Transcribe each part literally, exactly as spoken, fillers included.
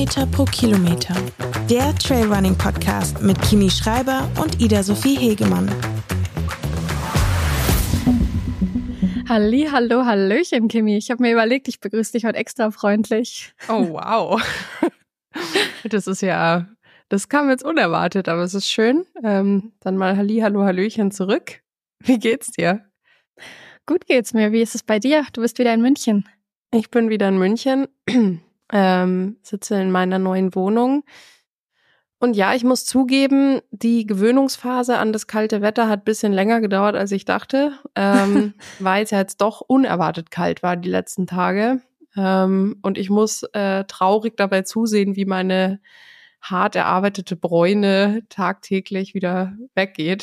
Meter pro Kilometer. Der Trailrunning-Podcast mit Kimi Schreiber und Ida-Sophie Hegemann. Halli, hallo, hallöchen, Kimi. Ich habe mir überlegt, ich begrüße dich heute extra freundlich. Oh, wow. Das ist ja, das kam jetzt unerwartet, aber es ist schön. Ähm, dann mal Halli, hallo, hallöchen zurück. Wie geht's dir? Gut geht's mir. Wie ist es bei dir? Du bist wieder in München. Ich bin wieder in München, ähm, sitze in meiner neuen Wohnung. Und ja, ich muss zugeben, die Gewöhnungsphase an das kalte Wetter hat ein bisschen länger gedauert, als ich dachte, ähm, weil es ja jetzt doch unerwartet kalt war die letzten Tage. Ähm, und ich muss äh, traurig dabei zusehen, wie meine hart erarbeitete Bräune tagtäglich wieder weggeht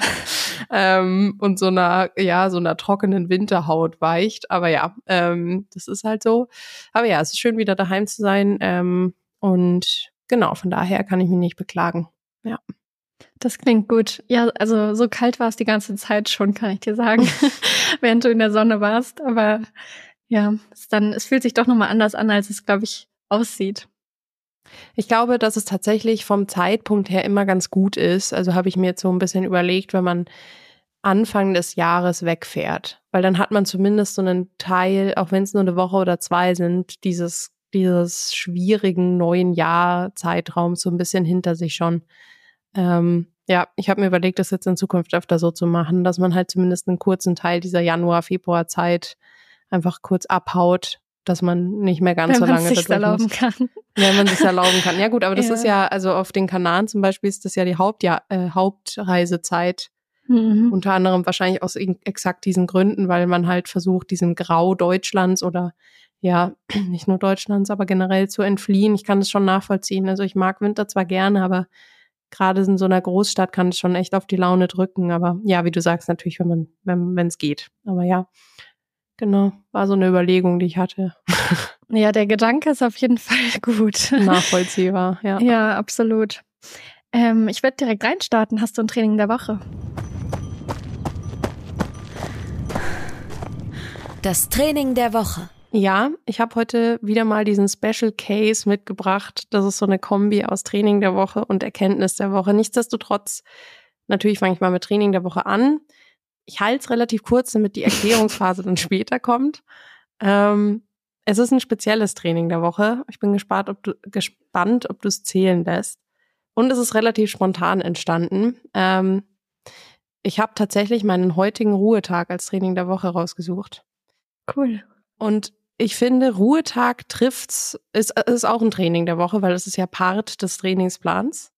ähm, und so einer, ja, so einer trockenen Winterhaut weicht. Aber ja, ähm, das ist halt so. Aber ja, es ist schön, wieder daheim zu sein. Ähm, und genau, von daher kann ich mich nicht beklagen. Ja. Das klingt gut. Ja, also so kalt war es die ganze Zeit schon, kann ich dir sagen, während du in der Sonne warst. Aber ja, es dann, es fühlt sich doch nochmal anders an, als es, glaube ich, aussieht. Ich glaube, dass es tatsächlich vom Zeitpunkt her immer ganz gut ist. Also habe ich mir jetzt so ein bisschen überlegt, wenn man Anfang des Jahres wegfährt. Weil dann hat man zumindest so einen Teil, auch wenn es nur eine Woche oder zwei sind, dieses, dieses schwierigen neuen Jahr-Zeitraums so ein bisschen hinter sich schon. Ähm, ja, ich habe mir überlegt, das jetzt in Zukunft öfter so zu machen, dass man halt zumindest einen kurzen Teil dieser Januar-Februar-Zeit einfach kurz abhaut, dass man nicht mehr ganz wenn so lange dadurch erlauben muss. kann. Wenn man sich erlauben kann. Ja gut, aber das Ja. ist ja, also auf den Kanaren zum Beispiel ist das ja die Hauptja- äh, Hauptreisezeit. Mhm. Unter anderem wahrscheinlich aus exakt diesen Gründen, weil man halt versucht, diesem Grau Deutschlands oder ja, nicht nur Deutschlands, aber generell zu entfliehen. Ich kann das schon nachvollziehen. Also ich mag Winter zwar gerne, aber gerade in so einer Großstadt kann es schon echt auf die Laune drücken. Aber ja, wie du sagst, natürlich, wenn man, wenn wenn es geht. Aber ja, genau, war so eine Überlegung, die ich hatte. Ja, der Gedanke ist auf jeden Fall gut. Nachvollziehbar, ja. Ja, absolut. Ähm, ich werde direkt reinstarten. Hast du ein Training der Woche? Das Training der Woche. Ja, ich habe heute wieder mal diesen Special Case mitgebracht. Das ist so eine Kombi aus Training der Woche und Erkenntnis der Woche. Nichtsdestotrotz, natürlich fange ich mal mit Training der Woche an. Ich halte es relativ kurz, damit die Erklärungsphase dann später kommt. Ähm, es ist ein spezielles Training der Woche. Ich bin gespannt, ob du gespannt, ob du es zählen lässt. Und es ist relativ spontan entstanden. Ähm, ich habe tatsächlich meinen heutigen Ruhetag als Training der Woche rausgesucht. Cool. Und ich finde, Ruhetag trifft's, ist, ist auch ein Training der Woche, weil es ist ja Part des Trainingsplans.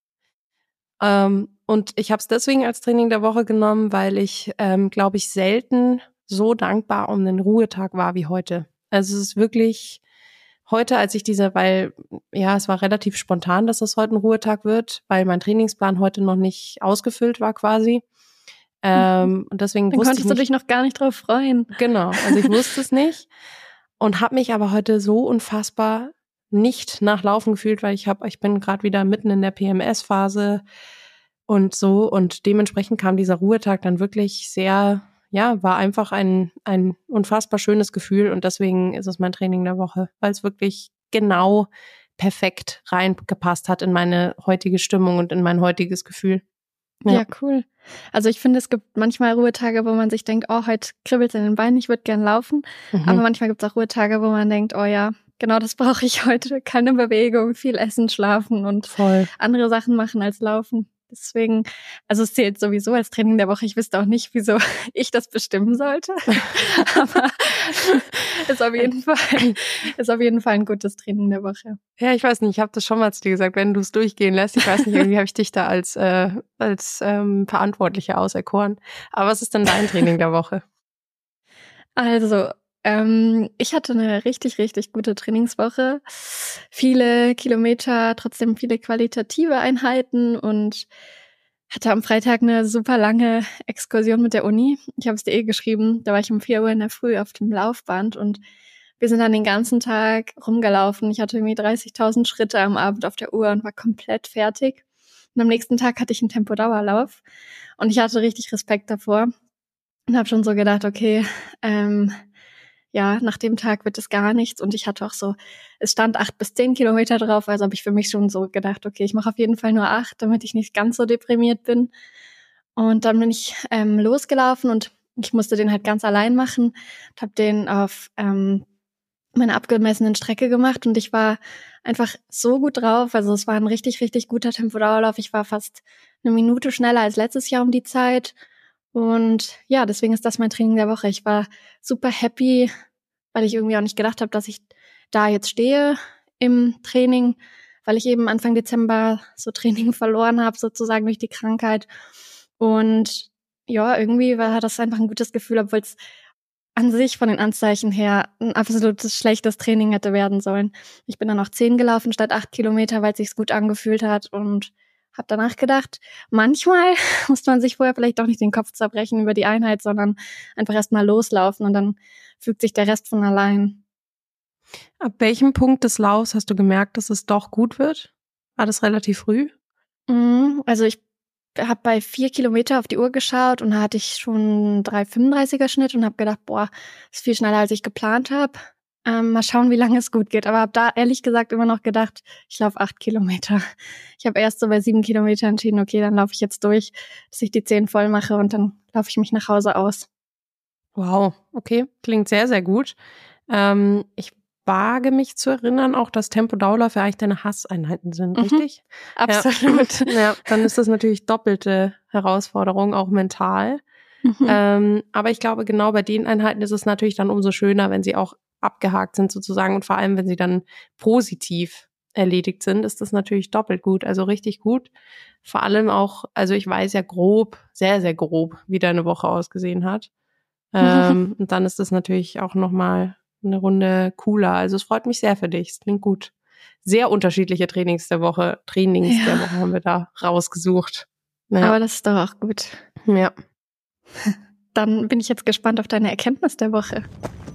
Ähm, und ich habe es deswegen als Training der Woche genommen, weil ich, ähm, glaube ich, selten so dankbar um den Ruhetag war wie heute. Also es ist wirklich heute, als ich diese, weil, ja, es war relativ spontan, dass das heute ein Ruhetag wird, weil mein Trainingsplan heute noch nicht ausgefüllt war quasi. Ähm, und deswegen Dann wusste konntest ich du nicht, dich noch gar nicht drauf freuen. Genau, also ich wusste es nicht und habe mich aber heute so unfassbar nicht nach Laufen gefühlt, weil ich habe, ich bin gerade wieder mitten in der P M S-Phase und so und dementsprechend kam dieser Ruhetag dann wirklich sehr, ja, war einfach ein ein unfassbar schönes Gefühl und deswegen ist es mein Training der Woche, weil es wirklich genau perfekt reingepasst hat in meine heutige Stimmung und in mein heutiges Gefühl. Ja. Ja. ja, cool. Also ich finde, es gibt manchmal Ruhetage, wo man sich denkt, oh, heute kribbelt es in den Beinen, ich würde gern laufen. Mhm. Aber manchmal gibt es auch Ruhetage, wo man denkt, oh ja, genau das brauche ich heute. Keine Bewegung, viel essen, schlafen und Voll. andere Sachen machen als laufen. Deswegen, also es zählt sowieso als Training der Woche. Ich wüsste auch nicht, wieso ich das bestimmen sollte. Aber ist auf jeden Fall, ist auf jeden Fall ein gutes Training der Woche. Ja, ich weiß nicht, ich habe das schon mal zu dir gesagt, wenn du es durchgehen lässt, ich weiß nicht, irgendwie habe ich dich da als äh, als ähm, Verantwortliche auserkoren. Aber was ist denn dein Training der Woche? Also, ähm, ich hatte eine richtig, richtig gute Trainingswoche. Viele Kilometer, trotzdem viele qualitative Einheiten und hatte am Freitag eine super lange Exkursion mit der Uni. Ich habe es dir eh geschrieben, da war ich um vier Uhr in der Früh auf dem Laufband und wir sind dann den ganzen Tag rumgelaufen. Ich hatte irgendwie dreißigtausend Schritte am Abend auf der Uhr und war komplett fertig. Und am nächsten Tag hatte ich einen Tempodauerlauf und ich hatte richtig Respekt davor und habe schon so gedacht, okay, ähm, ja, nach dem Tag wird es gar nichts. Und ich hatte auch so, es stand acht bis zehn Kilometer drauf, also habe ich für mich schon so gedacht, okay, ich mache auf jeden Fall nur acht, damit ich nicht ganz so deprimiert bin. Und dann bin ich ähm, losgelaufen und ich musste den halt ganz allein machen und habe den auf ähm, meine abgemessenen Strecke gemacht und ich war einfach so gut drauf. Also es war ein richtig, richtig guter Tempodauerlauf. Ich war fast eine Minute schneller als letztes Jahr um die Zeit. Und ja, deswegen ist das mein Training der Woche. Ich war super happy, weil ich irgendwie auch nicht gedacht habe, dass ich da jetzt stehe im Training, weil ich eben Anfang Dezember so Training verloren habe, sozusagen durch die Krankheit. Und ja, irgendwie war das einfach ein gutes Gefühl, obwohl es an sich von den Anzeichen her ein absolutes schlechtes Training hätte werden sollen. Ich bin dann noch zehn gelaufen statt acht Kilometer, weil es sich gut angefühlt hat und habe danach gedacht, manchmal muss man sich vorher vielleicht auch nicht den Kopf zerbrechen über die Einheit, sondern einfach erst mal loslaufen und dann fügt sich der Rest von allein. Ab welchem Punkt des Laufs hast du gemerkt, dass es doch gut wird? War das relativ früh? Also ich habe bei vier Kilometer auf die Uhr geschaut und da hatte ich schon drei fünfunddreißiger Schnitt und habe gedacht, boah, das ist viel schneller, als ich geplant habe. Ähm, mal schauen, wie lange es gut geht. Aber habe da ehrlich gesagt immer noch gedacht, ich laufe acht Kilometer. Ich habe erst so bei sieben Kilometer entschieden, okay, dann laufe ich jetzt durch, dass ich die zehn voll mache und dann laufe ich mich nach Hause aus. Wow, okay, klingt sehr, sehr gut. Ähm, ich wage mich zu erinnern, auch dass Tempodauerläufe eigentlich deine Hasseinheiten sind, Mhm, richtig? absolut. Ja. Ja, dann ist das natürlich doppelte Herausforderung, auch mental. Mhm. Ähm, aber ich glaube, genau bei den Einheiten ist es natürlich dann umso schöner, wenn sie auch abgehakt sind sozusagen und vor allem, wenn sie dann positiv erledigt sind, ist das natürlich doppelt gut, also richtig gut. Vor allem auch, also ich weiß ja grob, sehr, sehr grob, wie deine Woche ausgesehen hat. Ähm, und dann ist das natürlich auch nochmal eine Runde cooler. Also es freut mich sehr für dich, es klingt gut. Sehr unterschiedliche Trainings der Woche, Trainings Ja. der Woche haben wir da rausgesucht. Ja. Aber das ist doch auch gut. Ja. Dann bin ich jetzt gespannt auf deine Erkenntnis der Woche.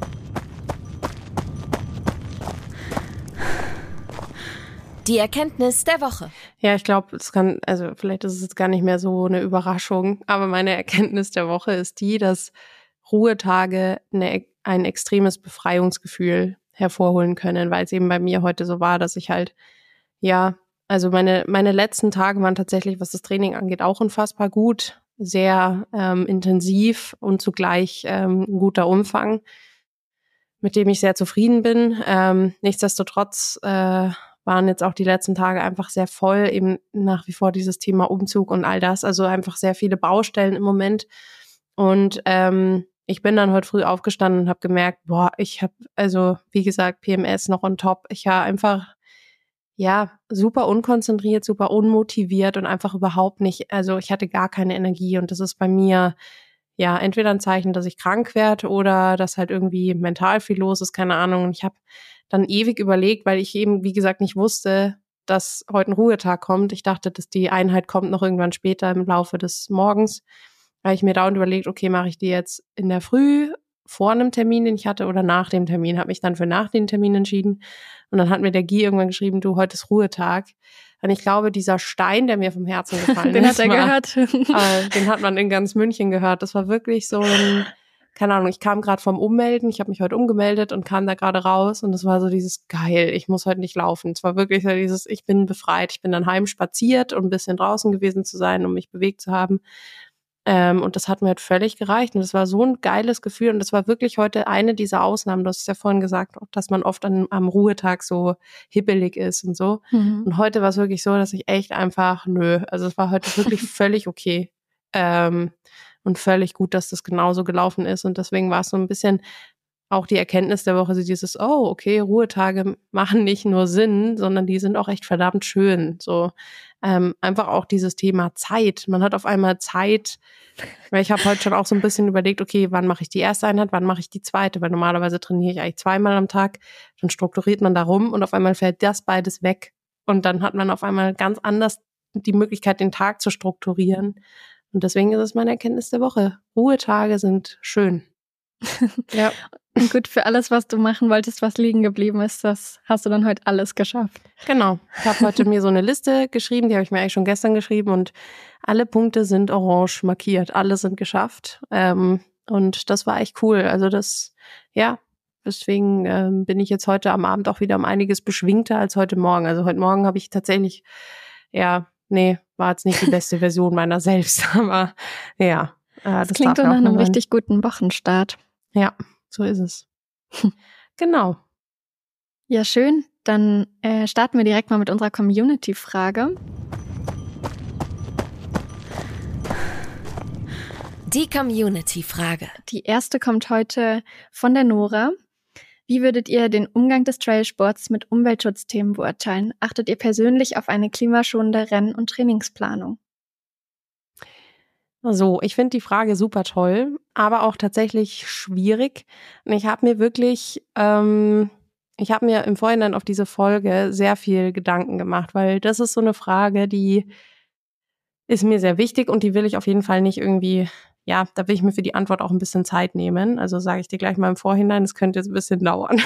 Die Erkenntnis der Woche. Ja, ich glaube, es kann, also vielleicht ist es jetzt gar nicht mehr so eine Überraschung, aber meine Erkenntnis der Woche ist die, dass Ruhetage eine, ein extremes Befreiungsgefühl hervorholen können, weil es eben bei mir heute so war, dass ich halt, ja, also meine meine letzten Tage waren tatsächlich, was das Training angeht, auch unfassbar gut, sehr ähm, intensiv und zugleich ähm, ein guter Umfang, mit dem ich sehr zufrieden bin. Ähm, nichtsdestotrotz äh, waren jetzt auch die letzten Tage einfach sehr voll, eben nach wie vor dieses Thema Umzug und all das, also einfach sehr viele Baustellen im Moment. Und ähm, ich bin dann heute früh aufgestanden und habe gemerkt, boah, ich habe, also wie gesagt, P M S noch on top. Ich war einfach, ja, super unkonzentriert, super unmotiviert und einfach überhaupt nicht, also ich hatte gar keine Energie und das ist bei mir ja entweder ein Zeichen, dass ich krank werde oder dass halt irgendwie mental viel los ist, keine Ahnung. Und ich habe dann ewig überlegt, weil ich eben, wie gesagt, nicht wusste, dass heute ein Ruhetag kommt. Ich dachte, dass die Einheit kommt noch irgendwann später im Laufe des Morgens. Da habe ich mir dauernd überlegt, okay, mache ich die jetzt in der Früh vor einem Termin, den ich hatte, oder nach dem Termin. Habe mich dann für nach dem Termin entschieden. Und dann hat mir der Guy irgendwann geschrieben, du, heute ist Ruhetag. Und ich glaube, dieser Stein, der mir vom Herzen gefallen Den ist, hat er war, gehört. äh, den hat man in ganz München gehört. Das war wirklich so ein, keine Ahnung, ich kam gerade vom Ummelden, ich habe mich heute umgemeldet und kam da gerade raus und es war so dieses geil, ich muss heute nicht laufen. Es war wirklich so dieses, ich bin befreit, ich bin dann heim spaziert, um ein bisschen draußen gewesen zu sein, um mich bewegt zu haben. Ähm, und das hat mir halt völlig gereicht und das war so ein geiles Gefühl und das war wirklich heute eine dieser Ausnahmen. Du hast es ja vorhin gesagt, dass man oft an, am Ruhetag so hibbelig ist und so. Mhm. Und heute war es wirklich so, dass ich echt einfach, nö, also es war heute wirklich völlig okay. Ähm, und völlig gut, dass das genauso gelaufen ist. Und deswegen war es so ein bisschen auch die Erkenntnis der Woche, so dieses, oh, okay, Ruhetage machen nicht nur Sinn, sondern die sind auch echt verdammt schön. So ähm, einfach auch dieses Thema Zeit. Man hat auf einmal Zeit, weil ich habe heute schon auch so ein bisschen überlegt, okay, wann mache ich die erste Einheit, wann mache ich die zweite? Weil normalerweise trainiere ich eigentlich zweimal am Tag, dann strukturiert man da rum und auf einmal fällt das beides weg. Und dann hat man auf einmal ganz anders die Möglichkeit, den Tag zu strukturieren. Und deswegen ist es meine Erkenntnis der Woche. Ruhetage sind schön. Ja. Und gut, für alles, was du machen wolltest, was liegen geblieben ist, das hast du dann heute alles geschafft. Genau. Ich habe heute mir so eine Liste geschrieben, die habe ich mir eigentlich schon gestern geschrieben und alle Punkte sind orange markiert. Alle sind geschafft. Ähm, und das war echt cool. Also das, ja, Deswegen ähm, bin ich jetzt heute am Abend auch wieder um einiges beschwingter als heute Morgen. Also heute Morgen habe ich tatsächlich, ja, nee, war jetzt nicht die beste Version meiner selbst. Aber ja, äh, das, das klingt doch nach einem richtig guten Wochenstart. Ja, so ist es. Genau. Ja, schön. Dann äh, starten wir direkt mal mit unserer Community-Frage. Die Community-Frage. Die erste kommt heute von der Nora. Wie würdet ihr den Umgang des Trailsports mit Umweltschutzthemen beurteilen? Achtet ihr persönlich auf eine klimaschonende Renn- und Trainingsplanung? So, ich finde die Frage super toll, aber auch tatsächlich schwierig. Und ich habe mir wirklich, ähm, ich habe mir im Vorhinein auf diese Folge sehr viel Gedanken gemacht, weil das ist so eine Frage, die ist mir sehr wichtig und die will ich auf jeden Fall nicht irgendwie, ja, da will ich mir für die Antwort auch ein bisschen Zeit nehmen. Also sage ich dir gleich mal im Vorhinein, es könnte jetzt ein bisschen dauern.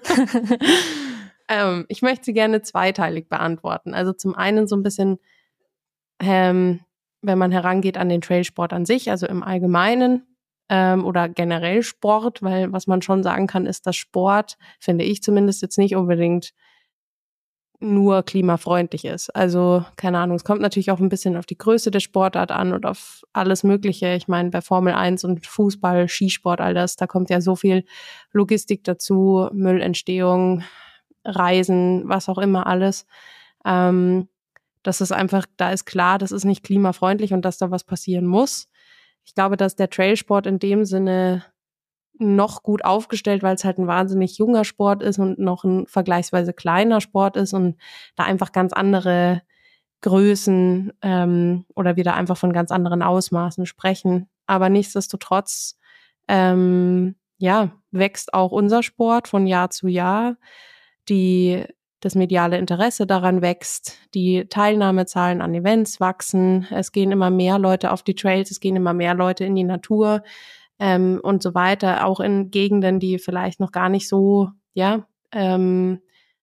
ähm, ich möchte sie gerne zweiteilig beantworten. Also zum einen so ein bisschen, ähm, wenn man herangeht an den Trailsport an sich, also im Allgemeinen ähm, oder generell Sport, weil was man schon sagen kann, ist, dass Sport, finde ich zumindest, jetzt nicht unbedingt nur klimafreundlich ist. Also, keine Ahnung, es kommt natürlich auch ein bisschen auf die Größe der Sportart an und auf alles Mögliche. Ich meine, bei Formel eins und Fußball, Skisport, all das, da kommt ja so viel Logistik dazu, Müllentstehung, Reisen, was auch immer alles. Ähm, das ist einfach, da ist klar, das ist nicht klimafreundlich und dass da was passieren muss. Ich glaube, dass der Trailsport in dem Sinne noch gut aufgestellt, weil es halt ein wahnsinnig junger Sport ist und noch ein vergleichsweise kleiner Sport ist und da einfach ganz andere Größen ähm, oder wir da einfach von ganz anderen Ausmaßen sprechen. Aber nichtsdestotrotz, ähm, ja, wächst auch unser Sport von Jahr zu Jahr. Die, das mediale Interesse daran wächst, die Teilnahmezahlen an Events wachsen, es gehen immer mehr Leute auf die Trails, es gehen immer mehr Leute in die Natur. Ähm, und so weiter, auch in Gegenden, die vielleicht noch gar nicht so, ja, ähm,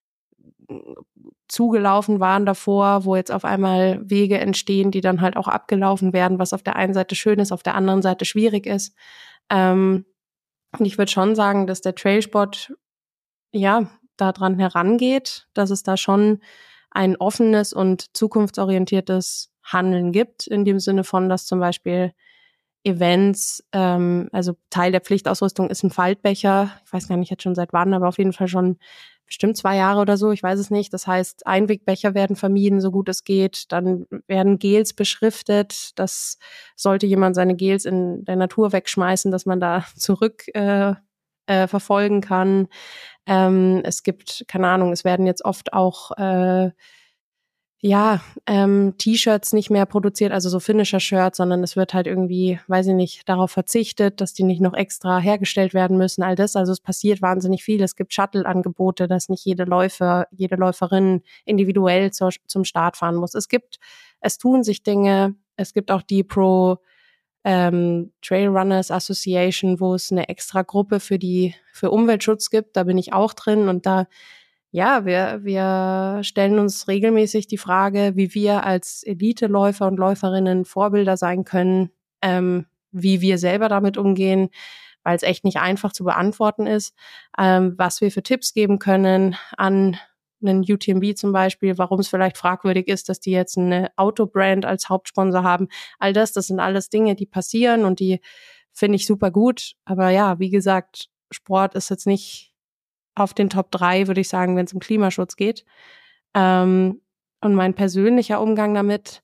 zugelaufen waren davor, wo jetzt auf einmal Wege entstehen, die dann halt auch abgelaufen werden, was auf der einen Seite schön ist, auf der anderen Seite schwierig ist. Ähm, und ich würde schon sagen, dass der Trailsport, ja, daran herangeht, dass es da schon ein offenes und zukunftsorientiertes Handeln gibt, in dem Sinne von, dass zum Beispiel Events, ähm, also Teil der Pflichtausrüstung ist ein Faltbecher. Ich weiß gar nicht jetzt schon seit wann, aber auf jeden Fall schon bestimmt zwei Jahre oder so. Ich weiß es nicht. Das heißt, Einwegbecher werden vermieden, so gut es geht. Dann werden Gels beschriftet. Das sollte jemand seine Gels in der Natur wegschmeißen, dass man da zurück äh, äh, verfolgen kann. Ähm, es gibt, keine Ahnung, es werden jetzt oft auch äh, ja, ähm, T-Shirts nicht mehr produziert, also so Finisher-Shirts, sondern es wird halt irgendwie, weiß ich nicht, darauf verzichtet, dass die nicht noch extra hergestellt werden müssen, all das. Also es passiert wahnsinnig viel. Es gibt Shuttle-Angebote, dass nicht jede Läufer, jede Läuferin individuell zur, zum Start fahren muss. Es gibt, es tun sich Dinge. Es gibt auch die Pro ähm, Trail Runners Association, wo es eine extra Gruppe für die, für Umweltschutz gibt. Da bin ich auch drin und da Ja, wir, wir stellen uns regelmäßig die Frage, wie wir als Elite-Läufer und Läuferinnen Vorbilder sein können, ähm, wie wir selber damit umgehen, weil es echt nicht einfach zu beantworten ist, ähm, was wir für Tipps geben können an einen U T M B zum Beispiel, warum es vielleicht fragwürdig ist, dass die jetzt eine Autobrand als Hauptsponsor haben. All das, das sind alles Dinge, die passieren und die finde ich super gut. Aber ja, wie gesagt, Sport ist jetzt nicht auf den Top drei, würde ich sagen, wenn es um Klimaschutz geht. Ähm, und mein persönlicher Umgang damit,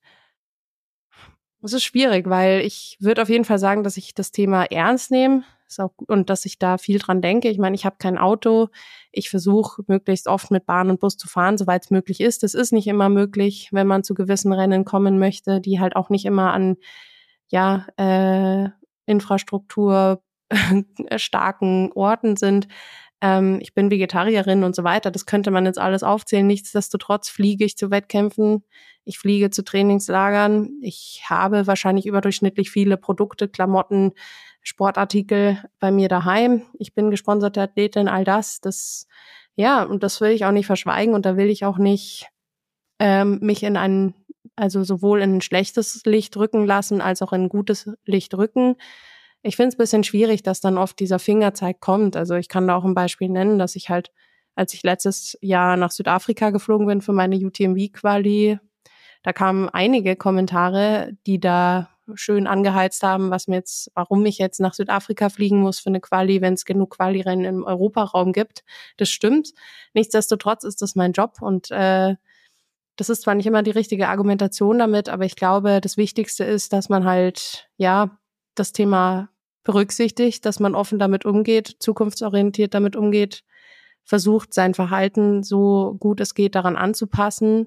es ist schwierig, weil ich würde auf jeden Fall sagen, dass ich das Thema ernst nehme ist auch, und dass ich da viel dran denke. Ich meine, ich habe kein Auto. Ich versuche möglichst oft mit Bahn und Bus zu fahren, soweit es möglich ist. Das ist nicht immer möglich, wenn man zu gewissen Rennen kommen möchte, die halt auch nicht immer an ja äh, Infrastruktur starken Orten sind. Ähm, ich bin Vegetarierin und so weiter. Das könnte man jetzt alles aufzählen. Nichtsdestotrotz fliege ich zu Wettkämpfen. Ich fliege zu Trainingslagern. Ich habe wahrscheinlich überdurchschnittlich viele Produkte, Klamotten, Sportartikel bei mir daheim. Ich bin gesponserte Athletin, all das. Das, ja, und das will ich auch nicht verschweigen und da will ich auch nicht ähm, mich in ein, also sowohl in ein schlechtes Licht rücken lassen, als auch in ein gutes Licht rücken. ich finde es ein bisschen schwierig, dass dann oft dieser Fingerzeig kommt. Also ich kann da auch ein Beispiel nennen, dass ich halt, als ich letztes Jahr nach Südafrika geflogen bin für meine U T M V-Quali, da kamen einige Kommentare, die da schön angeheizt haben, was mir jetzt, warum ich jetzt nach Südafrika fliegen muss für eine Quali, wenn es genug Quali-Rennen im Europaraum gibt. Das stimmt. Nichtsdestotrotz ist das mein Job und äh, das ist zwar nicht immer die richtige Argumentation damit, aber ich glaube, das Wichtigste ist, dass man halt, ja, das Thema berücksichtigt, dass man offen damit umgeht, zukunftsorientiert damit umgeht, versucht, sein Verhalten so gut es geht daran anzupassen.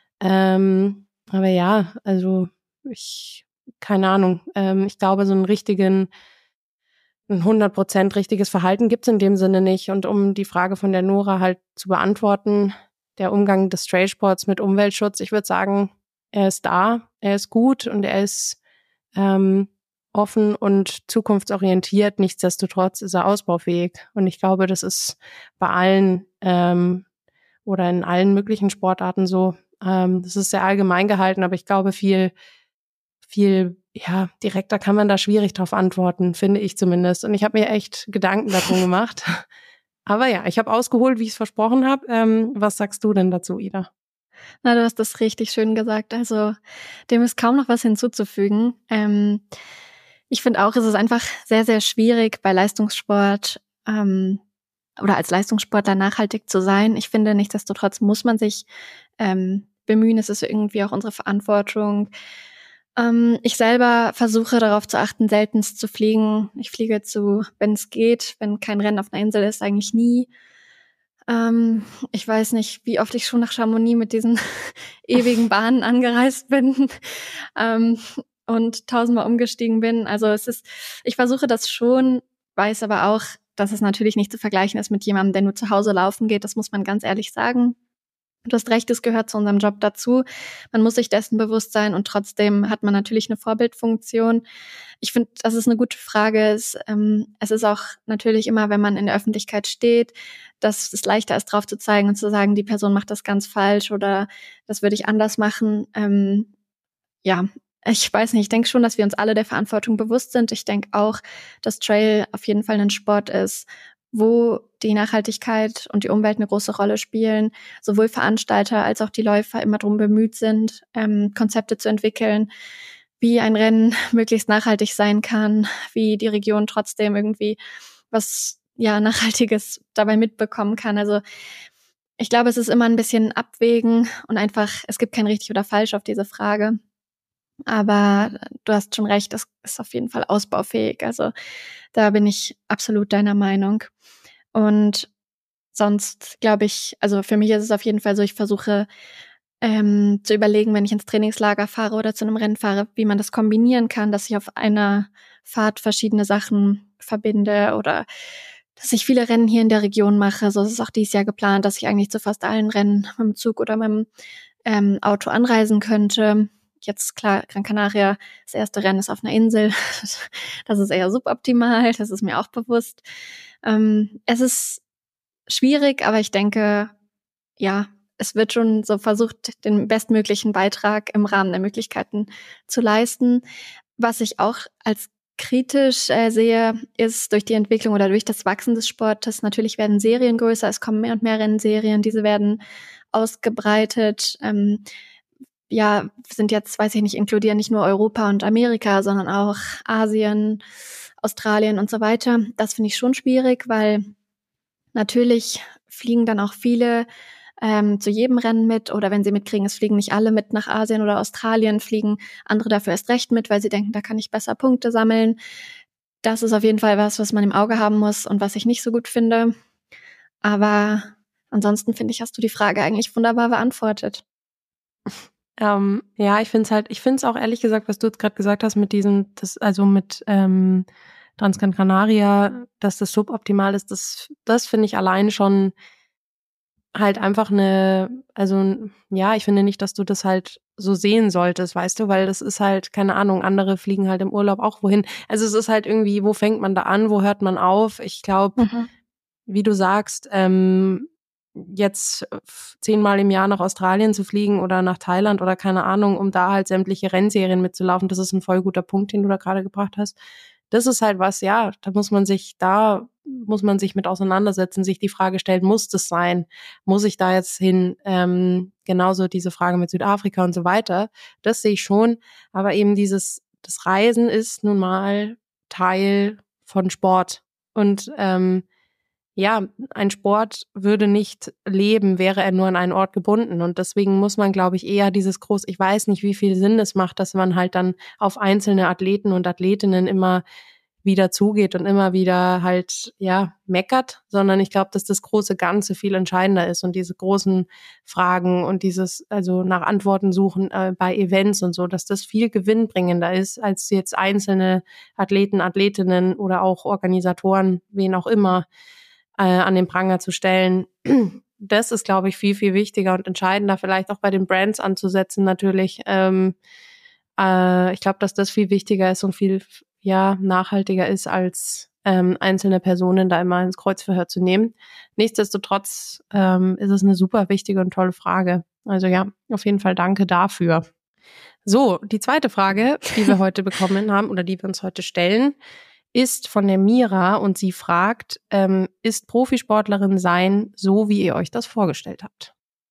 Ähm, aber ja, also ich, keine Ahnung, ähm, ich glaube, so einen richtigen, ein hundert Prozent richtiges Verhalten gibt es in dem Sinne nicht. Und um die Frage von der Nora halt zu beantworten, der Umgang des Trailsports mit Umweltschutz, ich würde sagen, er ist da, er ist gut und er ist ähm, offen und zukunftsorientiert. Nichtsdestotrotz ist er ausbaufähig. Und ich glaube, das ist bei allen ähm, oder in allen möglichen Sportarten so. Ähm, das ist sehr allgemein gehalten, aber ich glaube, viel, viel ja direkter kann man da schwierig drauf antworten, finde ich zumindest. Und ich habe mir echt Gedanken darum gemacht. Aber ja, ich habe ausgeholt, wie ich es versprochen habe. Ähm, was sagst du denn dazu, Ida? Na, du hast das richtig schön gesagt. Also dem ist kaum noch was hinzuzufügen. Ähm, ich finde auch, es ist einfach sehr, sehr schwierig bei Leistungssport ähm, oder als Leistungssportler nachhaltig zu sein. Ich finde, nichtsdestotrotz muss man sich ähm, bemühen. Es ist irgendwie auch unsere Verantwortung. Ähm, ich selber versuche darauf zu achten, seltenst zu fliegen. Ich fliege zu, wenn es geht, wenn kein Rennen auf einer Insel ist, eigentlich nie. Ähm, ich weiß nicht, wie oft ich schon nach Chamonix mit diesen ewigen Bahnen angereist bin ähm, und tausendmal umgestiegen bin. Also es ist, ich versuche das schon, weiß aber auch, dass es natürlich nicht zu vergleichen ist mit jemandem, der nur zu Hause laufen geht. Das muss man ganz ehrlich sagen. Du hast recht, es gehört zu unserem Job dazu. Man muss sich dessen bewusst sein und trotzdem hat man natürlich eine Vorbildfunktion. Ich finde, das ist eine gute Frage. Es, ähm, es ist auch natürlich immer, wenn man in der Öffentlichkeit steht, dass es leichter ist, drauf zu zeigen und zu sagen, die Person macht das ganz falsch oder das würde ich anders machen. Ähm, ja, ich weiß nicht, ich denke schon, dass wir uns alle der Verantwortung bewusst sind. Ich denke auch, dass Trail auf jeden Fall ein Sport ist, wo die Nachhaltigkeit und die Umwelt eine große Rolle spielen, sowohl Veranstalter als auch die Läufer immer darum bemüht sind, ähm, Konzepte zu entwickeln, wie ein Rennen möglichst nachhaltig sein kann, wie die Region trotzdem irgendwie was ja Nachhaltiges dabei mitbekommen kann. Also ich glaube, es ist immer ein bisschen Abwägen und einfach, es gibt kein richtig oder falsch auf diese Frage. Aber du hast schon recht, es ist auf jeden Fall ausbaufähig. Also da bin ich absolut deiner Meinung. Und sonst glaube ich, also für mich ist es auf jeden Fall so, ich versuche ähm, zu überlegen, wenn ich ins Trainingslager fahre oder zu einem Rennen fahre, wie man das kombinieren kann, dass ich auf einer Fahrt verschiedene Sachen verbinde oder dass ich viele Rennen hier in der Region mache. So ist es auch dieses Jahr geplant, dass ich eigentlich zu fast allen Rennen mit dem Zug oder mit dem ähm, Auto anreisen könnte. Jetzt klar, Gran Canaria, das erste Rennen ist auf einer Insel. Das ist eher suboptimal, das ist mir auch bewusst. Ähm, es ist schwierig, aber ich denke, ja, es wird schon so versucht, den bestmöglichen Beitrag im Rahmen der Möglichkeiten zu leisten. Was ich auch als kritisch äh, sehe, ist durch die Entwicklung oder durch das Wachsen des Sportes, natürlich werden Serien größer, es kommen mehr und mehr Rennserien, diese werden ausgebreitet, ähm, ja, sind jetzt, weiß ich nicht, inkludieren nicht nur Europa und Amerika, sondern auch Asien, Australien und so weiter. Das finde ich schon schwierig, weil natürlich fliegen dann auch viele ähm, zu jedem Rennen mit oder wenn sie mitkriegen, es fliegen nicht alle mit nach Asien oder Australien, fliegen andere dafür erst recht mit, weil sie denken, da kann ich besser Punkte sammeln. Das ist auf jeden Fall was, was man im Auge haben muss und was ich nicht so gut finde. Aber ansonsten finde ich, hast du die Frage eigentlich wunderbar beantwortet. Ähm, ja, ich finde es halt, ich finde es auch ehrlich gesagt, was du jetzt gerade gesagt hast mit diesem, das, also mit ähm, Transgran Canaria, dass das suboptimal ist, das, das finde ich allein schon halt einfach eine, also ja, ich finde nicht, dass du das halt so sehen solltest, weißt du, weil das ist halt, keine Ahnung, andere fliegen halt im Urlaub auch wohin. Also es ist halt irgendwie, wo fängt man da an, wo hört man auf? Ich glaube, mhm. wie du sagst, ähm, jetzt zehnmal im Jahr nach Australien zu fliegen oder nach Thailand oder keine Ahnung, um da halt sämtliche Rennserien mitzulaufen, das ist ein voll guter Punkt, den du da gerade gebracht hast. das ist halt was, ja, da muss man sich, da muss man sich mit auseinandersetzen, sich die Frage stellen, muss das sein? Muss ich da jetzt hin? Ähm, genauso diese Frage mit Südafrika und so weiter. Das sehe ich schon. Aber eben dieses, das Reisen ist nun mal Teil von Sport. Und ähm, ja, ein Sport würde nicht leben, wäre er nur an einen Ort gebunden. Und deswegen muss man, glaube ich, eher dieses groß, ich weiß nicht, wie viel Sinn es macht, dass man halt dann auf einzelne Athleten und Athletinnen immer wieder zugeht und immer wieder halt, ja, meckert, sondern ich glaube, dass das große Ganze viel entscheidender ist und diese großen Fragen und dieses, also nach Antworten suchen äh, bei Events und so, dass das viel gewinnbringender ist, als jetzt einzelne Athleten, Athletinnen oder auch Organisatoren, wen auch immer, äh, an den Pranger zu stellen. Das ist, glaube ich, viel, viel wichtiger und entscheidender, vielleicht auch bei den Brands anzusetzen natürlich. Ähm, äh, ich glaube, dass das viel wichtiger ist und viel ja nachhaltiger ist, als ähm, einzelne Personen da immer ins Kreuzverhör zu nehmen. Nichtsdestotrotz ähm, ist es eine super wichtige und tolle Frage. Also ja, auf jeden Fall danke dafür. So, die zweite Frage, die wir heute bekommen haben oder die wir uns heute stellen, ist von der Mira und sie fragt, ähm, ist Profisportlerin sein so, wie ihr euch das vorgestellt habt?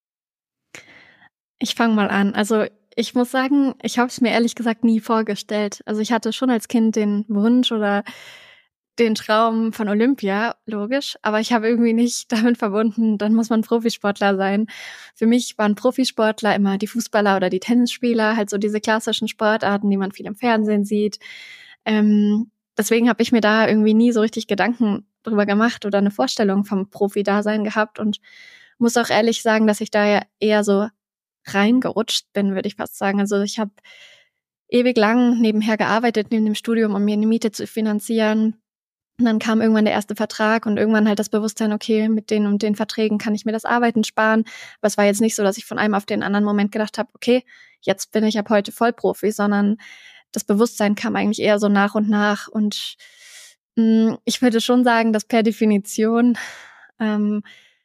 Ich fange mal an. Also ich muss sagen, ich habe es mir ehrlich gesagt nie vorgestellt. Also ich hatte schon als Kind den Wunsch oder den Traum von Olympia, logisch, aber ich habe irgendwie nicht damit verbunden, dann muss man Profisportler sein. Für mich waren Profisportler immer die Fußballer oder die Tennisspieler, halt so diese klassischen Sportarten, die man viel im Fernsehen sieht. Ähm, deswegen habe ich mir da irgendwie nie so richtig Gedanken drüber gemacht oder eine Vorstellung vom Profi-Dasein gehabt und muss auch ehrlich sagen, dass ich da ja eher so reingerutscht bin, würde ich fast sagen. Also ich habe ewig lang nebenher gearbeitet, neben dem Studium, um mir eine Miete zu finanzieren. Und dann kam irgendwann der erste Vertrag und irgendwann halt das Bewusstsein, okay, mit den und den Verträgen kann ich mir das Arbeiten sparen. Aber es war jetzt nicht so, dass ich von einem auf den anderen Moment gedacht habe, okay, jetzt bin ich ab heute Vollprofi, sondern das Bewusstsein kam eigentlich eher so nach und nach. Und mh, ich würde schon sagen, dass per Definition ähm,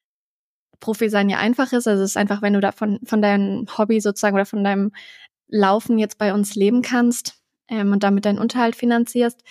Profi sein ja einfach ist. Also es ist einfach, wenn du da von, von deinem Hobby sozusagen oder von deinem Laufen jetzt bei uns leben kannst ähm, und damit deinen Unterhalt finanzierst.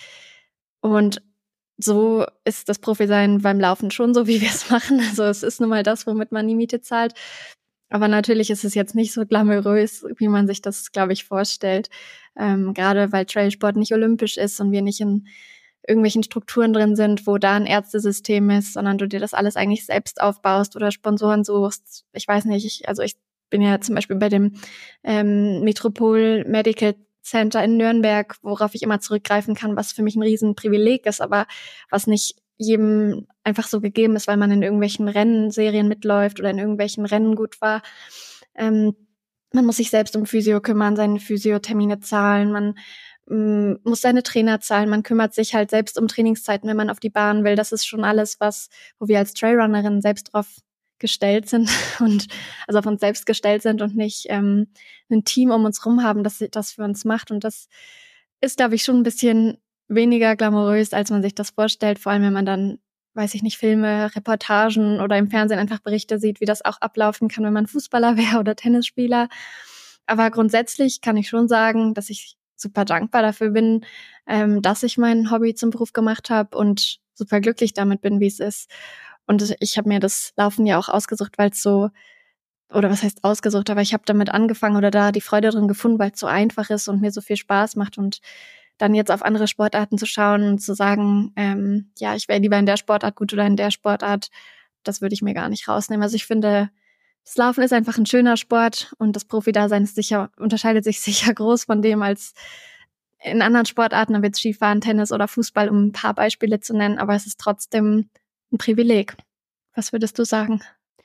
Und so ist das Profi-Sein beim Laufen schon so, wie wir es machen. Also es ist nun mal das, womit man die Miete zahlt. Aber natürlich ist es jetzt nicht so glamourös, wie man sich das, glaube ich, vorstellt. Ähm, gerade weil Trailsport nicht olympisch ist und wir nicht in irgendwelchen Strukturen drin sind, wo da ein Ärztesystem ist, sondern du dir das alles eigentlich selbst aufbaust oder Sponsoren suchst. Ich weiß nicht, ich, also ich bin ja zum Beispiel bei dem ähm, Metropol Medical Center in Nürnberg, worauf ich immer zurückgreifen kann, was für mich ein Riesenprivileg ist, aber was nicht jedem einfach so gegeben ist, weil man in irgendwelchen Rennserien mitläuft oder in irgendwelchen Rennen gut war. Ähm, man muss sich selbst um Physio kümmern, seine Physiothermine zahlen, man ähm, muss seine Trainer zahlen, man kümmert sich halt selbst um Trainingszeiten, wenn man auf die Bahn will. Das ist schon alles, was, wo wir als Trailrunnerin selbst drauf gestellt sind und also auf uns selbst gestellt sind und nicht ähm, ein Team um uns rum haben, das das für uns macht. Und das ist, glaube ich, schon ein bisschen weniger glamourös, als man sich das vorstellt. Vor allem, wenn man dann, weiß ich nicht, Filme, Reportagen oder im Fernsehen einfach Berichte sieht, wie das auch ablaufen kann, wenn man Fußballer wäre oder Tennisspieler. Aber grundsätzlich kann ich schon sagen, dass ich super dankbar dafür bin, ähm, dass ich mein Hobby zum Beruf gemacht habe und super glücklich damit bin, wie es ist. Und ich habe mir das Laufen ja auch ausgesucht, weil es so, oder was heißt ausgesucht, aber ich habe damit angefangen oder da die Freude drin gefunden, weil es so einfach ist und mir so viel Spaß macht. Und dann jetzt auf andere Sportarten zu schauen und zu sagen, ähm, ja, ich wäre lieber in der Sportart gut oder in der Sportart, das würde ich mir gar nicht rausnehmen. Also ich finde, das Laufen ist einfach ein schöner Sport und das Profi-Dasein ist sicher, unterscheidet sich sicher groß von dem als in anderen Sportarten, ob jetzt Skifahren, Tennis oder Fußball, um ein paar Beispiele zu nennen, aber es ist trotzdem ein Privileg. Was würdest du sagen?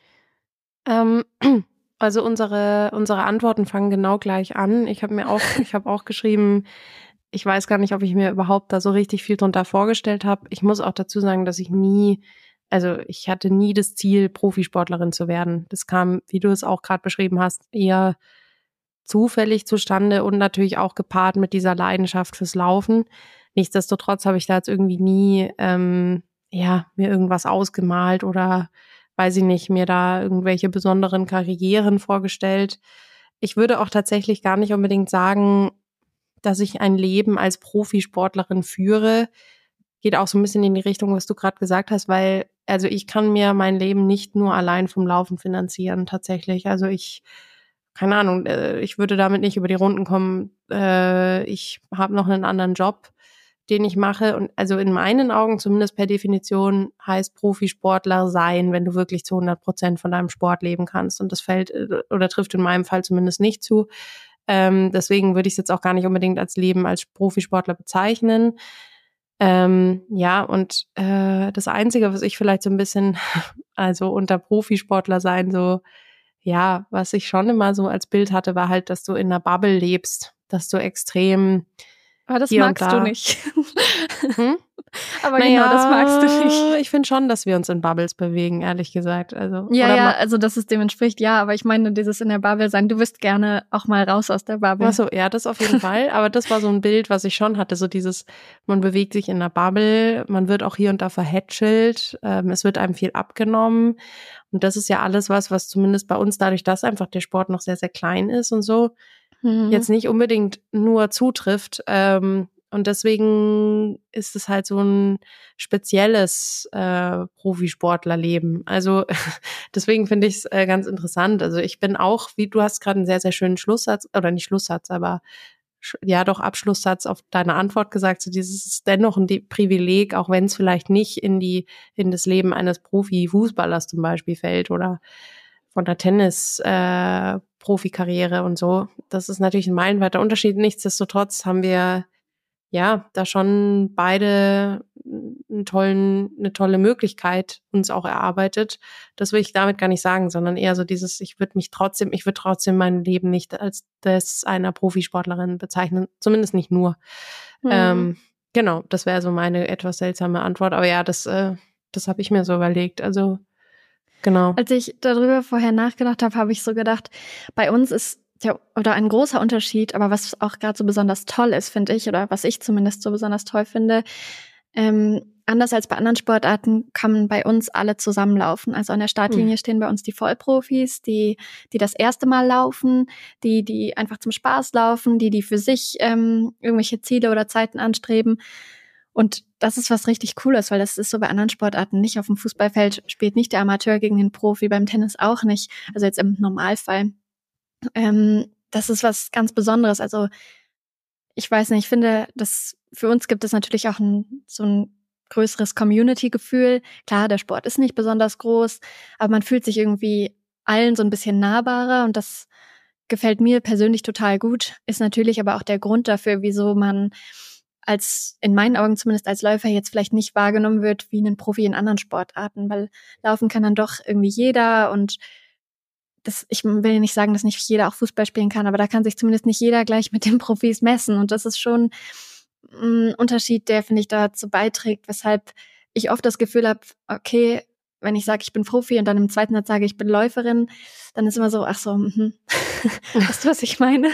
Ähm, also unsere unsere Antworten fangen genau gleich an. Ich habe mir auch ich habe auch geschrieben, ich weiß gar nicht, ob ich mir überhaupt da so richtig viel drunter vorgestellt habe. Ich muss auch dazu sagen, dass ich nie, also ich hatte nie das Ziel, Profisportlerin zu werden. Das kam, wie du es auch gerade beschrieben hast, eher zufällig zustande und natürlich auch gepaart mit dieser Leidenschaft fürs Laufen. Nichtsdestotrotz habe ich da jetzt irgendwie nie ähm, ja, mir irgendwas ausgemalt oder, weiß ich nicht, mir da irgendwelche besonderen Karrieren vorgestellt. Ich würde auch tatsächlich gar nicht unbedingt sagen, dass ich ein Leben als Profisportlerin führe, geht auch so ein bisschen in die Richtung, was du gerade gesagt hast, weil also ich kann mir mein Leben nicht nur allein vom Laufen finanzieren tatsächlich. Also ich, keine Ahnung, ich würde damit nicht über die Runden kommen. Ich habe noch einen anderen Job, den ich mache. Und also in meinen Augen, zumindest per Definition, heißt Profisportler sein, wenn du wirklich zu hundert Prozent von deinem Sport leben kannst. Und das fällt oder trifft in meinem Fall zumindest nicht zu. Ähm, deswegen würde ich es jetzt auch gar nicht unbedingt als Leben als Profisportler bezeichnen. Ähm, ja, und äh, das Einzige, was ich vielleicht so ein bisschen, also unter Profisportler sein, so, ja, was ich schon immer so als Bild hatte, war halt, dass du in einer Bubble lebst, dass du extrem Aber das hier und magst da, du nicht. Hm? Aber naja, genau, das magst du nicht. Ich finde schon, dass wir uns in Bubbles bewegen, ehrlich gesagt. Also, Ja, oder ja, ma- also dass es dem entspricht, ja, aber ich meine, dieses in der Bubble sein, du wirst gerne auch mal raus aus der Bubble. Ach so, ja, das auf jeden Fall. Aber das war so ein Bild, was ich schon hatte. So dieses, man bewegt sich in einer Bubble, man wird auch hier und da verhätschelt, ähm, es wird einem viel abgenommen. Und das ist ja alles was, was zumindest bei uns, dadurch, dass einfach der Sport noch sehr, sehr klein ist und so, Mhm. jetzt nicht unbedingt nur zutrifft. Ähm, und deswegen ist es halt so ein spezielles äh, Profisportlerleben. Also deswegen finde ich es äh, ganz interessant. Also ich bin auch, wie du hast gerade einen sehr, sehr schönen Schlusssatz, oder nicht Schlusssatz, aber sch- ja doch Abschlusssatz auf deine Antwort gesagt. So dieses ist dennoch ein Di- Privileg, auch wenn es vielleicht nicht in die in das Leben eines Profifußballers zum Beispiel fällt oder von der Tennis äh, Profikarriere und so. Das ist natürlich ein meilenweiter Unterschied. Nichtsdestotrotz haben wir ja da schon beide einen tollen, eine tolle Möglichkeit uns auch erarbeitet. Das will ich damit gar nicht sagen, sondern eher so dieses, ich würde mich trotzdem, ich würde trotzdem mein Leben nicht als das einer Profisportlerin bezeichnen, zumindest nicht nur. Mhm. Ähm, genau, das wäre so meine etwas seltsame Antwort. Aber ja, das, äh, das habe ich mir so überlegt. Also genau. Als ich darüber vorher nachgedacht habe, habe ich so gedacht, bei uns ist der, oder ein großer Unterschied, aber was auch gerade so besonders toll ist, finde ich, oder was ich zumindest so besonders toll finde, ähm, anders als bei anderen Sportarten kann bei uns alle zusammenlaufen. Also an der Startlinie Hm. stehen bei uns die Vollprofis, die die das erste Mal laufen, die die einfach zum Spaß laufen, die die für sich ähm, irgendwelche Ziele oder Zeiten anstreben. Und das ist was richtig Cooles, weil das ist so bei anderen Sportarten nicht. Auf dem Fußballfeld spielt nicht der Amateur gegen den Profi, beim Tennis auch nicht. Also jetzt im Normalfall. Ähm, das ist was ganz Besonderes. Also ich weiß nicht, ich finde, dass für uns gibt es natürlich auch ein, so ein größeres Community-Gefühl. Klar, der Sport ist nicht besonders groß, aber man fühlt sich irgendwie allen so ein bisschen nahbarer und das gefällt mir persönlich total gut. Ist natürlich aber auch der Grund dafür, wieso man als, in meinen Augen zumindest als Läufer jetzt vielleicht nicht wahrgenommen wird wie ein Profi in anderen Sportarten, weil laufen kann dann doch irgendwie jeder und das, ich will nicht sagen, dass nicht jeder auch Fußball spielen kann, aber da kann sich zumindest nicht jeder gleich mit den Profis messen. Und das ist schon ein Unterschied, der, finde ich, dazu beiträgt, weshalb ich oft das Gefühl habe, okay, wenn ich sage, ich bin Profi und dann im zweiten Satz sage, ich bin Läuferin, dann ist immer so, ach so, mhm. Weißt du, was ich meine?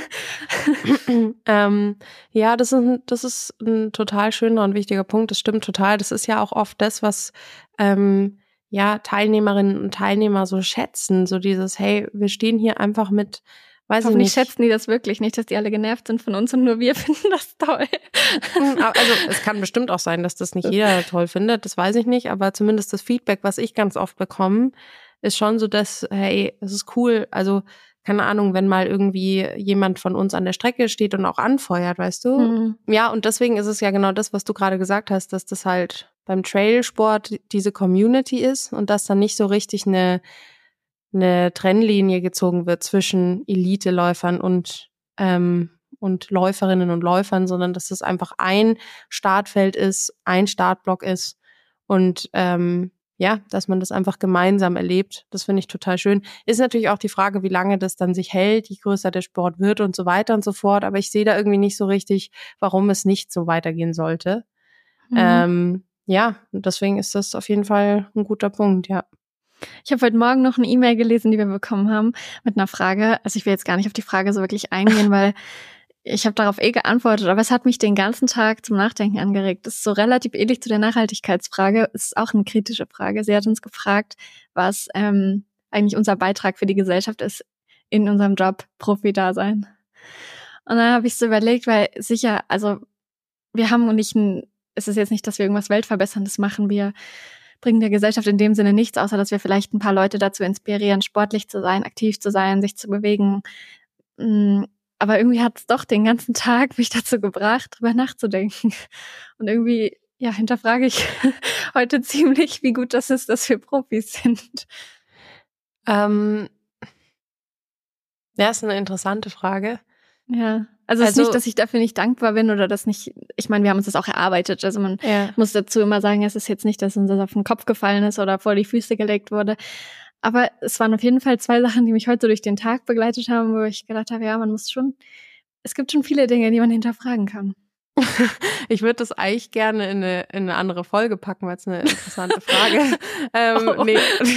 ähm, ja, das ist, ein, das ist ein total schöner und wichtiger Punkt. Das stimmt total. Das ist ja auch oft das, was ähm, ja Teilnehmerinnen und Teilnehmer so schätzen. So dieses, hey, wir stehen hier einfach mit, weiß ich Hoffentlich nicht. schätzen die das wirklich nicht, dass die alle genervt sind von uns und nur wir finden das toll. Also es kann bestimmt auch sein, dass das nicht jeder toll findet, das weiß ich nicht, aber zumindest das Feedback, was ich ganz oft bekomme, ist schon so, dass, hey, es ist cool, also keine Ahnung, wenn mal irgendwie jemand von uns an der Strecke steht und auch anfeuert, weißt du? Mhm. Ja, und deswegen ist es ja genau das, was du gerade gesagt hast, dass das halt beim Trailsport diese Community ist und dass dann nicht so richtig eine eine Trennlinie gezogen wird zwischen Elite-Läufern und ähm, und Läuferinnen und Läufern, sondern dass es einfach ein Startfeld ist, ein Startblock ist und ähm, ja, dass man das einfach gemeinsam erlebt. Das finde ich total schön. Ist natürlich auch die Frage, wie lange das dann sich hält, je größer der Sport wird und so weiter und so fort. Aber ich sehe da irgendwie nicht so richtig, warum es nicht so weitergehen sollte. Mhm. Ähm, ja, deswegen ist das auf jeden Fall ein guter Punkt, ja. Ich habe heute Morgen noch eine E-Mail gelesen, die wir bekommen haben, mit einer Frage. Also ich will jetzt gar nicht auf die Frage so wirklich eingehen, weil ich habe darauf eh geantwortet, aber es hat mich den ganzen Tag zum Nachdenken angeregt. Das ist so relativ ähnlich zu der Nachhaltigkeitsfrage. Es ist auch eine kritische Frage. Sie hat uns gefragt, was ähm, eigentlich unser Beitrag für die Gesellschaft ist in unserem Job Profi-Dasein. Und dann habe ich so überlegt, weil sicher, also wir haben nicht ein, es ist jetzt nicht, dass wir irgendwas Weltverbesserndes machen, wir bringen der Gesellschaft in dem Sinne nichts, außer dass wir vielleicht ein paar Leute dazu inspirieren, sportlich zu sein, aktiv zu sein, sich zu bewegen. Aber irgendwie hat es doch den ganzen Tag mich dazu gebracht, drüber nachzudenken. Und irgendwie, ja, hinterfrage ich heute ziemlich, wie gut das ist, dass wir Profis sind. Ähm, ja, ist eine interessante Frage. Ja, also es Also- ist nicht, dass ich dafür nicht dankbar bin oder das nicht, ich meine, wir haben uns das auch erarbeitet, also man Ja. muss dazu immer sagen, es ist jetzt nicht, dass uns das auf den Kopf gefallen ist oder vor die Füße gelegt wurde, aber es waren auf jeden Fall zwei Sachen, die mich heute so durch den Tag begleitet haben, wo ich gedacht habe, ja, man muss schon, es gibt schon viele Dinge, die man hinterfragen kann. Ich würde das eigentlich gerne in eine, in eine andere Folge packen, weil es eine interessante Frage. ähm, Oh. nee.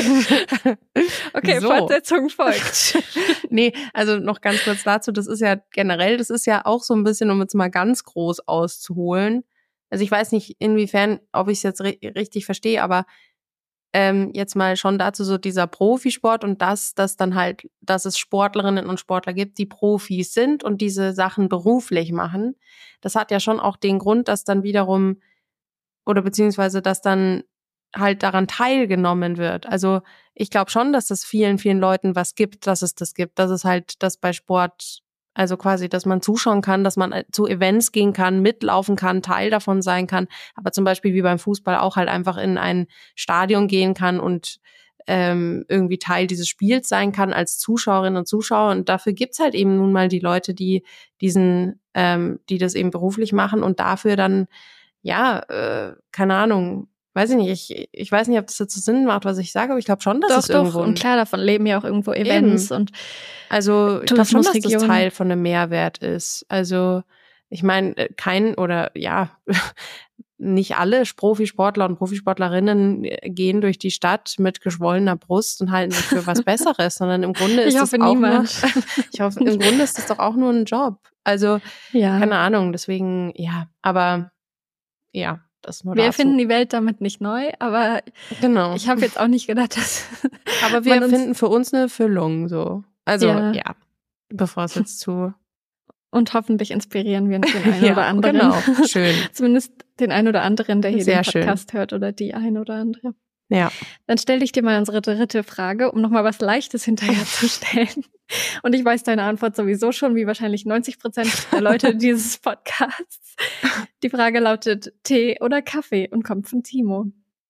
Okay, So. Fortsetzung folgt. Nee, also noch ganz kurz dazu, das ist ja generell, das ist ja auch so ein bisschen, um jetzt mal ganz groß auszuholen. Also ich weiß nicht, inwiefern, ob ich es jetzt ri- richtig verstehe, aber ähm, jetzt mal schon dazu so dieser Profisport und das, dass dann halt, dass es Sportlerinnen und Sportler gibt, die Profis sind und diese Sachen beruflich machen. Das hat ja schon auch den Grund, dass dann wiederum oder beziehungsweise, dass dann halt daran teilgenommen wird. Also ich glaube schon, dass es vielen, vielen Leuten was gibt, dass es das gibt, dass es halt das bei Sport, also quasi, dass man zuschauen kann, dass man zu Events gehen kann, mitlaufen kann, Teil davon sein kann, aber zum Beispiel wie beim Fußball auch halt einfach in ein Stadion gehen kann und ähm, irgendwie Teil dieses Spiels sein kann als Zuschauerin und Zuschauer. Und dafür gibt's halt eben nun mal die Leute, die diesen, ähm, die das eben beruflich machen und dafür dann, ja, äh, keine Ahnung, weiß ich nicht, ich, ich weiß nicht, ob das jetzt so Sinn macht, was ich sage, aber ich glaube schon, dass Doch, es doch, irgendwo und klar, davon leben ja auch irgendwo Events Eben. und Also ich glaube schon, dass das Tourismusregionen. Teil von einem Mehrwert ist. Also ich meine, äh, kein oder ja, nicht alle Profisportler und Profisportlerinnen äh, gehen durch die Stadt mit geschwollener Brust und halten sich für was Besseres, sondern im Grunde ist Ich es hoffe auch niemand. nur, ich hoffe, im Grunde ist das doch auch nur ein Job. Also Ja, keine Ahnung, deswegen ja, aber ja, das nur wir dazu. erfinden die Welt damit nicht neu, aber Genau. ich habe jetzt auch nicht gedacht, dass Aber wir man uns- finden für uns eine Erfüllung so. Also Ja. ja, bevor es jetzt zu und hoffentlich inspirieren wir den einen ja, oder anderen. genau, schön. Zumindest den einen oder anderen, der hier Sehr den Podcast hört oder die ein oder andere. Ja. Dann stelle ich dir mal unsere dritte Frage, um nochmal was Leichtes hinterher zu stellen. Und ich weiß deine Antwort sowieso schon, wie wahrscheinlich neunzig Prozent der Leute dieses Podcasts. Die Frage lautet Tee oder Kaffee und kommt von Timo.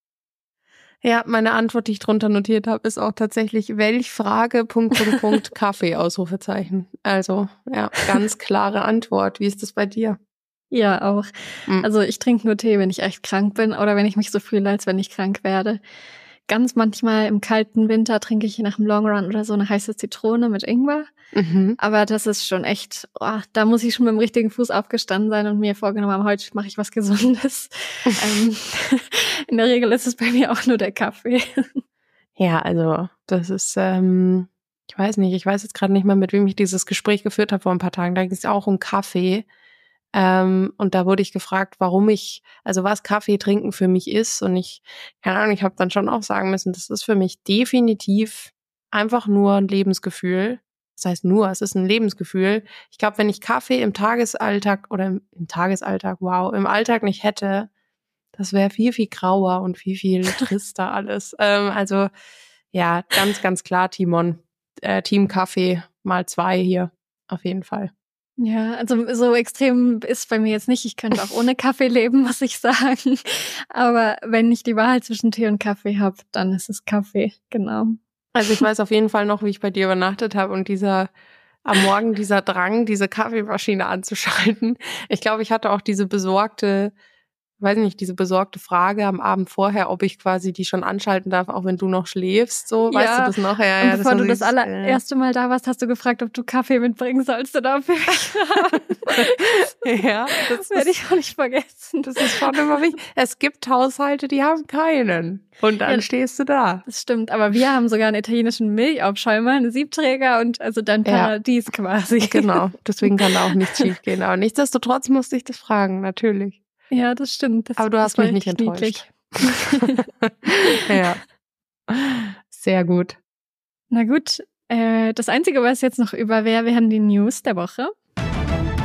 Ja, meine Antwort, die ich drunter notiert habe, ist auch tatsächlich welch Frage, Punkt, Punkt, Punkt, Kaffee, Ausrufezeichen. Also, ja, ganz klare Antwort. Wie ist das bei dir? Ja, auch. Mhm. Also ich trinke nur Tee, wenn ich echt krank bin oder wenn ich mich so fühle, als wenn ich krank werde. Ganz manchmal im kalten Winter trinke ich nach dem Long Run oder so eine heiße Zitrone mit Ingwer. Mhm. Aber das ist schon echt, oh, da muss ich schon mit dem richtigen Fuß aufgestanden sein und mir vorgenommen haben, heute mache ich was Gesundes. ähm, in der Regel ist es bei mir auch nur der Kaffee. Ja, also, das ist, ähm, ich weiß nicht, ich weiß jetzt gerade nicht mehr, mit wem ich dieses Gespräch geführt habe vor ein paar Tagen. Da ging es auch um Kaffee. Ähm, und da wurde ich gefragt, warum ich, also was Kaffee trinken für mich ist. Und ich, keine Ahnung, ich habe dann schon auch sagen müssen, das ist für mich definitiv einfach nur ein Lebensgefühl. Das heißt nur, es ist ein Lebensgefühl. Ich glaube, wenn ich Kaffee im Tagesalltag oder im, im Tagesalltag, wow, im Alltag nicht hätte, das wäre viel, viel grauer und viel, viel trister alles. Ähm, also ja, ganz, ganz klar, Timon. Äh, Team Kaffee mal zwei hier, auf jeden Fall. Ja, also so extrem ist bei mir jetzt nicht. Ich könnte auch ohne Kaffee leben, muss ich sagen. Aber wenn ich die Wahl zwischen Tee und Kaffee habe, dann ist es Kaffee, genau. Also ich weiß auf jeden Fall noch, wie ich bei dir übernachtet habe und dieser am Morgen dieser Drang, diese Kaffeemaschine anzuschalten. Ich glaube, ich hatte auch diese besorgte, weiß nicht, diese besorgte Frage am Abend vorher, ob ich quasi die schon anschalten darf, auch wenn du noch schläfst. So, Ja, weißt du das noch? Ja, Und ja, bevor war du das süß. allererste Mal da warst, hast du gefragt, ob du Kaffee mitbringen sollst oder ob wir Ja, das Das werde ist, ich auch nicht vergessen. das ist schon immer wichtig. Es gibt Haushalte, die haben keinen. Und dann Ja. stehst du da. Das stimmt, aber wir haben sogar einen italienischen Milchaufschäumer, einen Siebträger und also dein Ja. Paradies quasi. Genau, deswegen kann da auch nichts schief gehen. Aber nichtsdestotrotz musste ich das fragen, natürlich. Ja, das stimmt. Das, Aber du das hast war mich nicht richtig enttäuscht. niedlich. Ja. Sehr gut. Na gut, äh, das Einzige, was jetzt noch über wäre, wären die News der Woche.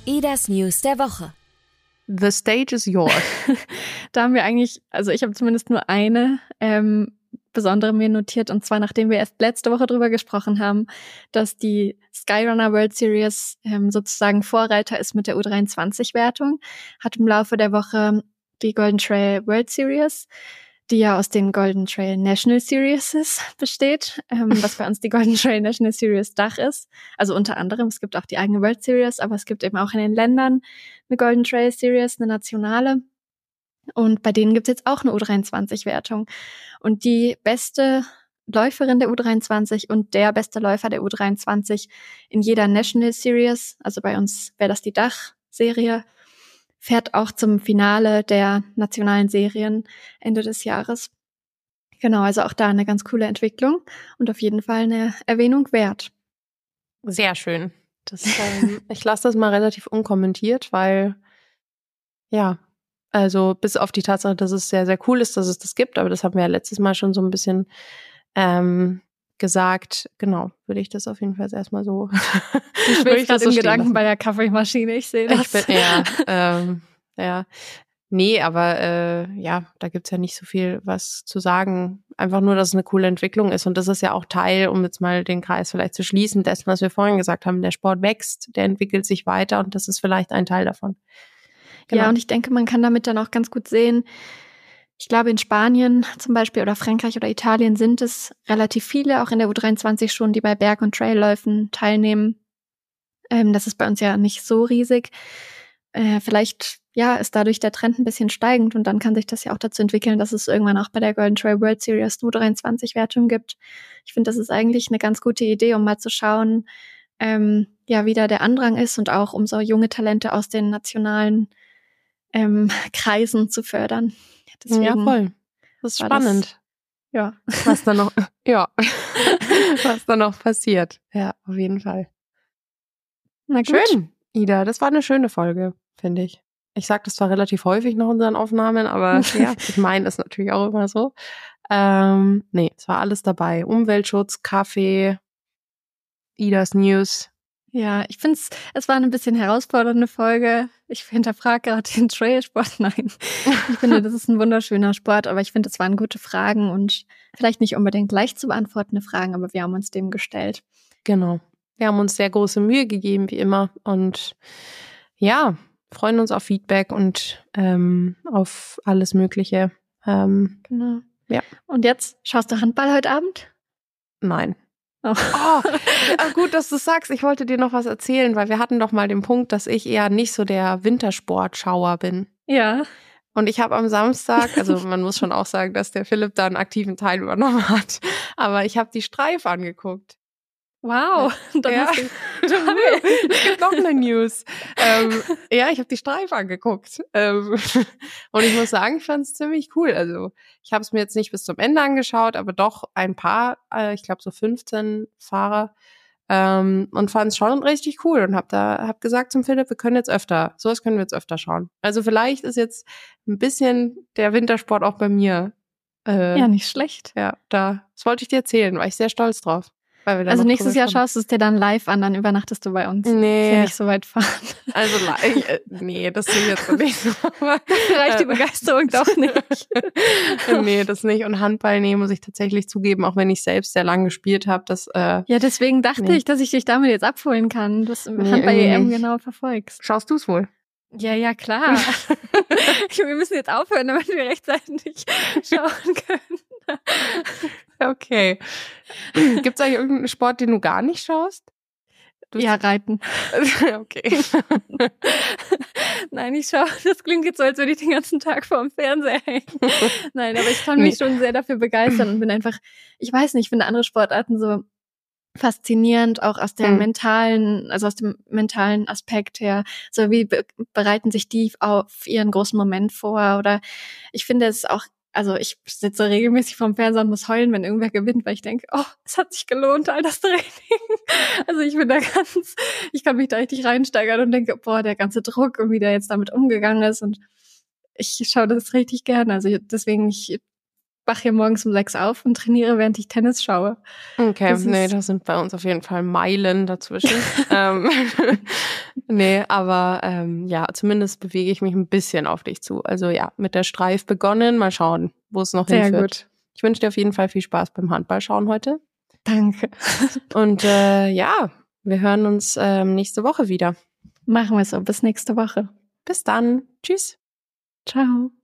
Idas News der Woche. The stage is yours. Da haben wir eigentlich, also ich habe zumindest nur eine ähm, besondere mir notiert, und zwar nachdem wir erst letzte Woche drüber gesprochen haben, dass die Skyrunner World Series ähm, sozusagen Vorreiter ist mit der U dreiundzwanzig-Wertung, hat im Laufe der Woche die Golden Trail World Series, die ja aus den Golden Trail National Series besteht, ähm, was bei uns die Golden Trail National Series Dach ist. Also unter anderem, es gibt auch die eigene World Series, aber es gibt eben auch in den Ländern eine Golden Trail Series, eine nationale. Und bei denen gibt's jetzt auch eine U dreiundzwanzig-Wertung. Und die beste Läuferin der U dreiundzwanzig und der beste Läufer der U dreiundzwanzig in jeder National Series, also bei uns wäre das die Dachserie, fährt auch zum Finale der nationalen Serien Ende des Jahres. Genau, also auch da eine ganz coole Entwicklung und auf jeden Fall eine Erwähnung wert. Sehr schön. Das, ähm, ich lasse das mal relativ unkommentiert, weil, ja, also bis auf die Tatsache, dass es sehr, sehr cool ist, dass es das gibt, aber das haben wir ja letztes Mal schon so ein bisschen ähm, gesagt. Genau, würde ich das auf jeden Fall erstmal so. Ich schwebe gerade so in Gedanken lassen. Bei der Kaffeemaschine, ich sehe das. Ich bin, ja, ähm, ja. Nee, aber äh, ja, da gibt's ja nicht so viel was zu sagen. Einfach nur, dass es eine coole Entwicklung ist. Und das ist ja auch Teil, um jetzt mal den Kreis vielleicht zu schließen, dessen, was wir vorhin gesagt haben. Der Sport wächst, der entwickelt sich weiter und das ist vielleicht ein Teil davon. Genau. Ja, und ich denke, man kann damit dann auch ganz gut sehen, ich glaube, in Spanien zum Beispiel oder Frankreich oder Italien sind es relativ viele, auch in der U dreiundzwanzig schon, die bei Berg- und Trailläufen teilnehmen. Ähm, das ist bei uns ja nicht so riesig. Äh, vielleicht ja, ist dadurch der Trend ein bisschen steigend und dann kann sich das ja auch dazu entwickeln, dass es irgendwann auch bei der Golden Trail World Series U dreiundzwanzig-Wertung gibt. Ich finde, das ist eigentlich eine ganz gute Idee, um mal zu schauen, ähm, ja, wie da der Andrang ist und auch um so junge Talente aus den nationalen ähm, Kreisen zu fördern. Deswegen ja, voll. Das ist spannend. Das, ja. Was da noch, ja, was da noch passiert. Ja, auf jeden Fall. Na gut. Schön, Ida. Das war eine schöne Folge, finde ich. Ich sage das zwar relativ häufig nach unseren Aufnahmen, aber ja, ich meine es natürlich auch immer so. Ähm, nee, es war alles dabei. Umweltschutz, Kaffee, Idas News. Ja, ich finde es, es war eine bisschen herausfordernde Folge. Ich hinterfrage gerade den Trailsport. Nein, ich finde, das ist ein wunderschöner Sport, aber ich finde, es waren gute Fragen und vielleicht nicht unbedingt leicht zu beantwortende Fragen, aber wir haben uns dem gestellt. Genau. Wir haben uns sehr große Mühe gegeben, wie immer. Und ja, freuen uns auf Feedback und ähm, auf alles Mögliche. Ähm, genau. Ja. Und jetzt, schaust du Handball heute Abend? Nein. Oh. Oh, ja, gut, dass du sagst. Ich wollte dir noch was erzählen, weil wir hatten doch mal den Punkt, dass ich eher nicht so der Wintersportschauer bin. Ja. Und ich habe am Samstag, also man muss schon auch sagen, dass der Philipp da einen aktiven Teil übernommen hat, aber ich habe die Streif angeguckt. Wow, dann ja. hast du, es gibt noch eine News. ähm, ja, ich habe die Streif angeguckt. Ähm, und ich muss sagen, ich fand es ziemlich cool. Also ich habe es mir jetzt nicht bis zum Ende angeschaut, aber doch ein paar, äh, ich glaube so fünfzehn Fahrer ähm, und fand es schon richtig cool und habe da hab gesagt zum Philipp, wir können jetzt öfter, sowas können wir jetzt öfter schauen. Also vielleicht ist jetzt ein bisschen der Wintersport auch bei mir. Äh, ja, nicht schlecht. Ja, da, das wollte ich dir erzählen, war ich sehr stolz drauf. Also nächstes Jahr schaust du es dir dann live an, dann übernachtest du bei uns. Nee. Ist ja nicht so weit fahren. Also, äh, nee, das sehe ich jetzt so nicht so. Reicht die Begeisterung doch nicht. Nee, das nicht. Und Handball, nee, muss ich tatsächlich zugeben, auch wenn ich selbst sehr lange gespielt habe. Das, äh, ja, deswegen dachte nee. ich, dass ich dich damit jetzt abholen kann, dass du nee, Handball-E M genau verfolgst. Schaust du es wohl? Ja, ja, klar. Wir müssen jetzt aufhören, damit wir rechtzeitig schauen können. Okay. Gibt's eigentlich irgendeinen Sport, den du gar nicht schaust? Du ja, Reiten. Okay. Nein, ich schaue, das klingt jetzt so, als würde ich den ganzen Tag vor dem Fernseher hängen. Nein, aber ich kann mich nee. schon sehr dafür begeistern und bin einfach, ich weiß nicht, ich finde andere Sportarten so faszinierend, auch aus der mhm. mentalen, also aus dem mentalen Aspekt her. So wie be- bereiten sich die auf ihren großen Moment vor? Oder ich finde es auch, also ich sitze regelmäßig vorm Fernseher und muss heulen, wenn irgendwer gewinnt, weil ich denke, oh, es hat sich gelohnt, all das Training. Also ich bin da ganz, ich kann mich da richtig reinsteigern und denke, boah, der ganze Druck und wie der jetzt damit umgegangen ist und ich schaue das richtig gerne. Also deswegen, ich wach hier morgens um sechs auf und trainiere, während ich Tennis schaue. Okay, Das nee, ist- da sind bei uns auf jeden Fall Meilen dazwischen. ähm, nee, aber ähm, ja, zumindest bewege ich mich ein bisschen auf dich zu. Also ja, mit der Streif begonnen. Mal schauen, wo es noch Sehr hinführt. gut. Ich wünsche dir auf jeden Fall viel Spaß beim Handballschauen heute. Danke. Und äh, ja, wir hören uns ähm, nächste Woche wieder. Machen wir so. Bis nächste Woche. Bis dann. Tschüss. Ciao.